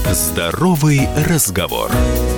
Здоровый разговор.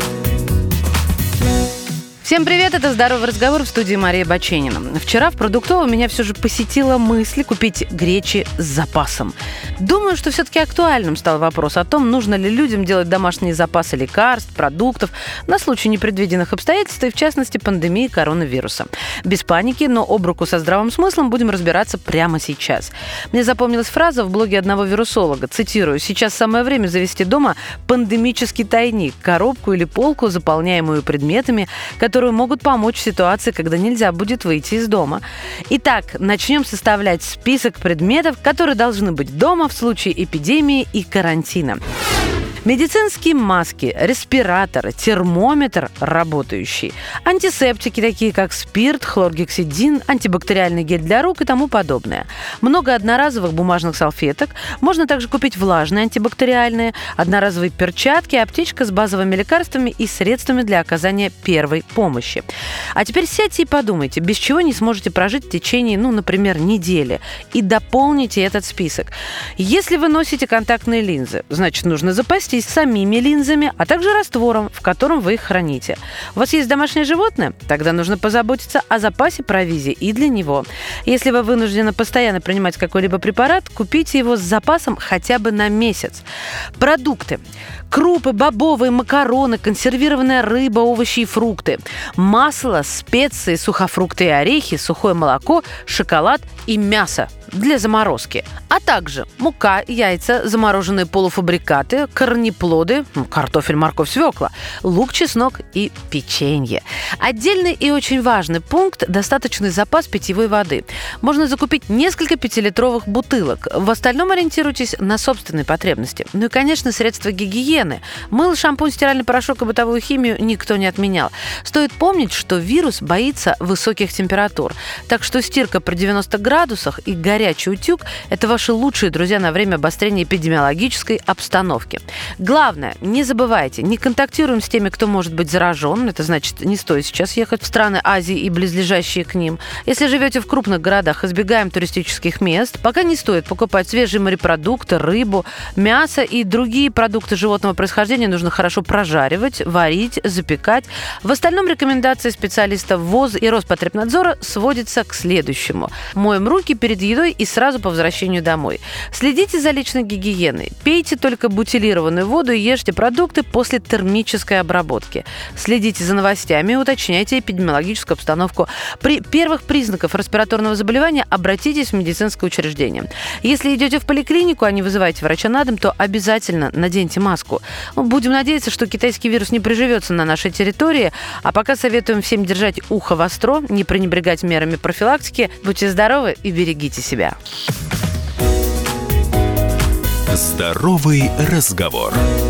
Всем привет, это «Здоровый разговор», в студии Мария Баченина. Вчера в продуктовом меня все же посетила мысль купить гречи с запасом. Думаю, что все-таки актуальным стал вопрос о том, нужно ли людям делать домашние запасы лекарств, продуктов на случай непредвиденных обстоятельств, и в частности пандемии коронавируса. Без паники, но об руку со здравым смыслом будем разбираться прямо сейчас. Мне запомнилась фраза в блоге одного вирусолога, цитирую: «Сейчас самое время завести дома пандемический тайник, коробку или полку, заполняемую предметами, которые могут помочь в ситуации, когда нельзя будет выйти из дома». Итак, начнем составлять список предметов, которые должны быть дома в случае эпидемии и карантина. Медицинские маски, респираторы, термометр работающий, антисептики, такие как спирт, хлоргексидин, антибактериальный гель для рук и тому подобное. Много одноразовых бумажных салфеток. Можно также купить влажные антибактериальные, одноразовые перчатки, аптечка с базовыми лекарствами и средствами для оказания первой помощи. А теперь сядьте и подумайте, без чего не сможете прожить в течение, например, недели. И дополните этот список. Если вы носите контактные линзы, значит, нужно запастись самими линзами, а также раствором, в котором вы их храните. У вас есть домашнее животное? Тогда нужно позаботиться о запасе провизии и для него. Если вы вынуждены постоянно принимать какой-либо препарат, купите его с запасом хотя бы на месяц. Продукты. Крупы, бобовые, макароны, консервированная рыба, овощи и фрукты. Масло, специи, сухофрукты и орехи, сухое молоко, шоколад и мясо для заморозки. А также мука, яйца, замороженные полуфабрикаты, корнеплоды, картофель, морковь, свекла, лук, чеснок и печенье. Отдельный и очень важный пункт – достаточный запас питьевой воды. Можно закупить несколько 5-литровых бутылок. В остальном ориентируйтесь на собственные потребности. Ну и, конечно, средства гигиены. Мыло, шампунь, стиральный порошок и бытовую химию никто не отменял. Стоит помнить, что вирус боится высоких температур. Так что стирка при 90 градусах и горячий утюг – это ваши лучшие друзья на время обострения эпидемиологической обстановки. Главное, не забывайте, не контактируем с теми, кто может быть заражен. Это значит, не стоит сейчас ехать в страны Азии и близлежащие к ним. Если живете в крупных городах, избегаем туристических мест. Пока не стоит покупать свежие морепродукты, рыбу, мясо и другие продукты животного происхождения нужно хорошо прожаривать, варить, запекать. В остальном рекомендации специалистов ВОЗ и Роспотребнадзора сводятся к следующему. Моем руки перед едой и сразу по возвращению домой. Следите за личной гигиеной. Пейте только бутилированную воду и ешьте продукты после термической обработки. Следите за новостями и уточняйте эпидемиологическую обстановку. При первых признаках респираторного заболевания обратитесь в медицинское учреждение. Если идете в поликлинику, а не вызываете врача на дом, то обязательно наденьте маску. Будем надеяться, что китайский вирус не приживется на нашей территории. А пока советуем всем держать ухо востро, не пренебрегать мерами профилактики. Будьте здоровы и берегите себя. Здоровый разговор.